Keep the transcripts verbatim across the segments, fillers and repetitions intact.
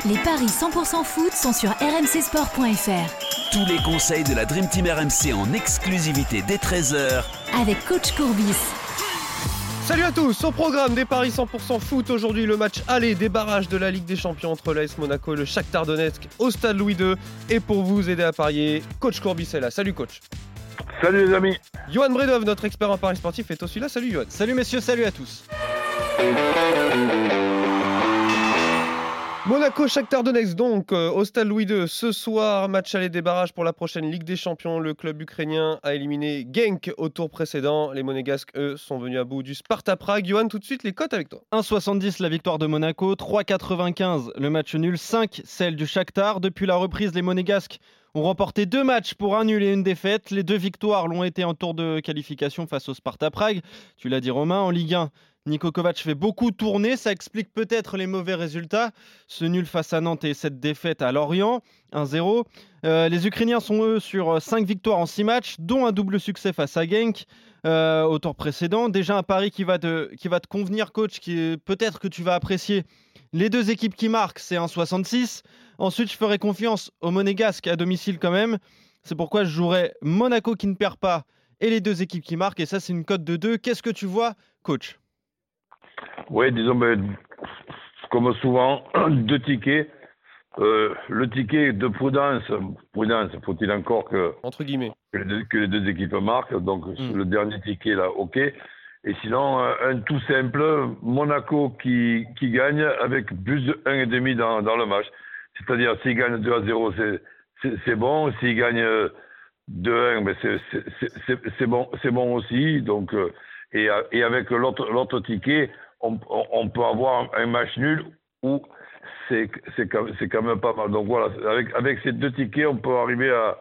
Les paris cent pour cent foot sont sur r m c sport point f r. Tous les conseils de la Dream Team R M C en exclusivité dès treize heures avec coach Courbis. Salut à tous, au programme des paris cent pour cent foot, aujourd'hui le match aller des barrages de la Ligue des Champions entre l'A S Monaco et le Shakhtar Donetsk au stade Louis deux. Et pour vous aider à parier, coach Courbis est là. Salut coach. Salut les amis. Johan Bredov, notre expert en paris sportif, est aussi là. Salut Johan. Salut messieurs, salut à tous. Monaco, Shakhtar Donetsk donc euh, au stade Louis deux ce soir, match aller des barrages pour la prochaine Ligue des Champions. Le club ukrainien a éliminé Genk au tour précédent. Les Monégasques, eux, sont venus à bout du Sparta Prague. Johan, tout de suite les cotes avec toi. un virgule soixante-dix la victoire de Monaco, trois virgule quatre-vingt-quinze le match nul, cinq celle du Shakhtar. Depuis la reprise, les Monégasques ont remporté deux matchs pour un nul et une défaite. Les deux victoires l'ont été en tour de qualification face au Sparta Prague. Tu l'as dit Romain, en Ligue un, Niko Kovac fait beaucoup tourner, ça explique peut-être les mauvais résultats. Ce nul face à Nantes et cette défaite à Lorient, un zéro. Euh, les Ukrainiens sont eux sur cinq victoires en six matchs, dont un double succès face à Genk euh, au tour précédent. Déjà un pari qui va te, qui va te convenir coach, qui est, peut-être que tu vas apprécier. Les deux équipes qui marquent, c'est un virgule soixante-six. Ensuite, je ferai confiance aux Monégasques à domicile quand même. C'est pourquoi je jouerai Monaco qui ne perd pas et les deux équipes qui marquent. Et ça, c'est une cote de deux. Qu'est-ce que tu vois, coach ? Oui, disons, ben, comme souvent, deux tickets. Euh, le ticket de prudence, prudence, faut-il encore que, Entre guillemets. que, les, deux, que les deux équipes marquent. Donc, mm. le dernier ticket, là, ok. Et sinon, un tout simple, Monaco qui, qui gagne avec plus de un virgule cinq dans, dans le match. C'est-à-dire, s'il gagne deux à zéro, c'est, c'est, c'est bon. S'il gagne deux à un, ben c'est, c'est, c'est, c'est, c'est, bon, c'est bon aussi. Donc, et, et avec l'autre, l'autre ticket, on, on peut avoir un match nul où c'est, c'est, c'est quand même pas mal. Donc voilà, avec, avec ces deux tickets, on peut arriver à,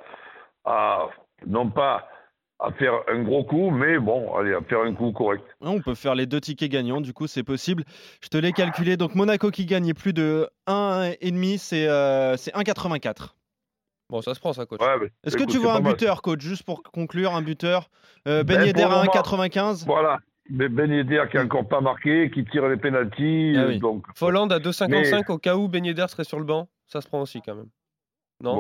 à non pas à faire un gros coup, mais bon, allez, à faire un coup correct. On peut faire les deux tickets gagnants, du coup, c'est possible. Je te l'ai calculé. Donc, Monaco qui gagne plus de un virgule cinq, c'est, euh, c'est un virgule quatre-vingt-quatre. Bon, ça se prend, ça, coach. Ouais, mais, Est-ce écoute, que tu vois un buteur, mal. coach, juste pour conclure, un buteur euh, Ben Yedder à un virgule quatre-vingt-quinze. Voilà. Mais Ben Yedder qui n'a encore pas marqué, qui tire les pénaltys. Ah oui. donc... Folland à deux virgule cinquante-cinq mais... au cas où Ben Yedder serait sur le banc. Ça se prend aussi, quand même. Non ?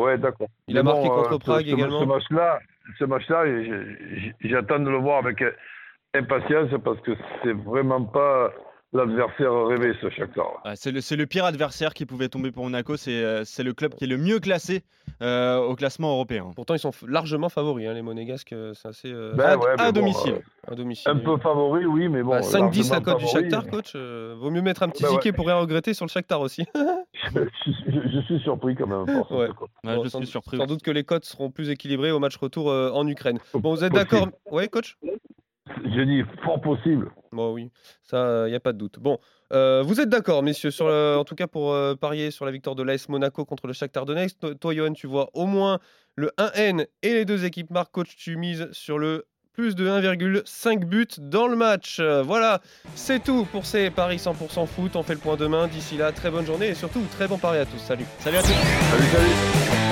Ouais, d'accord. Il mais a marqué bon, contre euh, Prague ce, également. Ce match-là, ce match-là j'attends de le voir avec impatience parce que c'est vraiment pas l'adversaire rêvé, ce Shakhtar. Ah, c'est, le, c'est le pire adversaire qui pouvait tomber pour Monaco. C'est, c'est le club qui est le mieux classé euh, au classement européen. Pourtant, ils sont largement favoris, hein, les Monégasques. C'est assez euh, ben à, ouais, à, bon, domicile. Euh, à domicile. Un peu favori, oui, mais bon. Bah, cinq dix la cote du Shakhtar, mais... coach. Euh, vaut mieux mettre un petit ben ticket ouais. pour rien regretter sur le Shakhtar aussi. je, je, je suis surpris quand même. Force, ouais. Ouais, bon, je sans, suis surpris. Sans doute que les cotes seront plus équilibrées au match retour euh, en Ukraine. Bon, vous êtes d'accord ? Oui, coach ? J'ai dit fort possible. Bon, oui, ça, il euh, n'y a pas de doute. Bon, euh, vous êtes d'accord, messieurs, sur le, en tout cas pour euh, parier sur la victoire de l'A S Monaco contre le Shakhtar Donetsk. Toi, Johan, tu vois au moins le un N et les deux équipes marquent. Coach, tu mises sur le plus de un virgule cinq buts dans le match. Euh, voilà, c'est tout pour ces paris cent pour cent foot. On fait le point demain. D'ici là, très bonne journée et surtout, très bon pari à tous. Salut. Salut à tous. Salut, salut.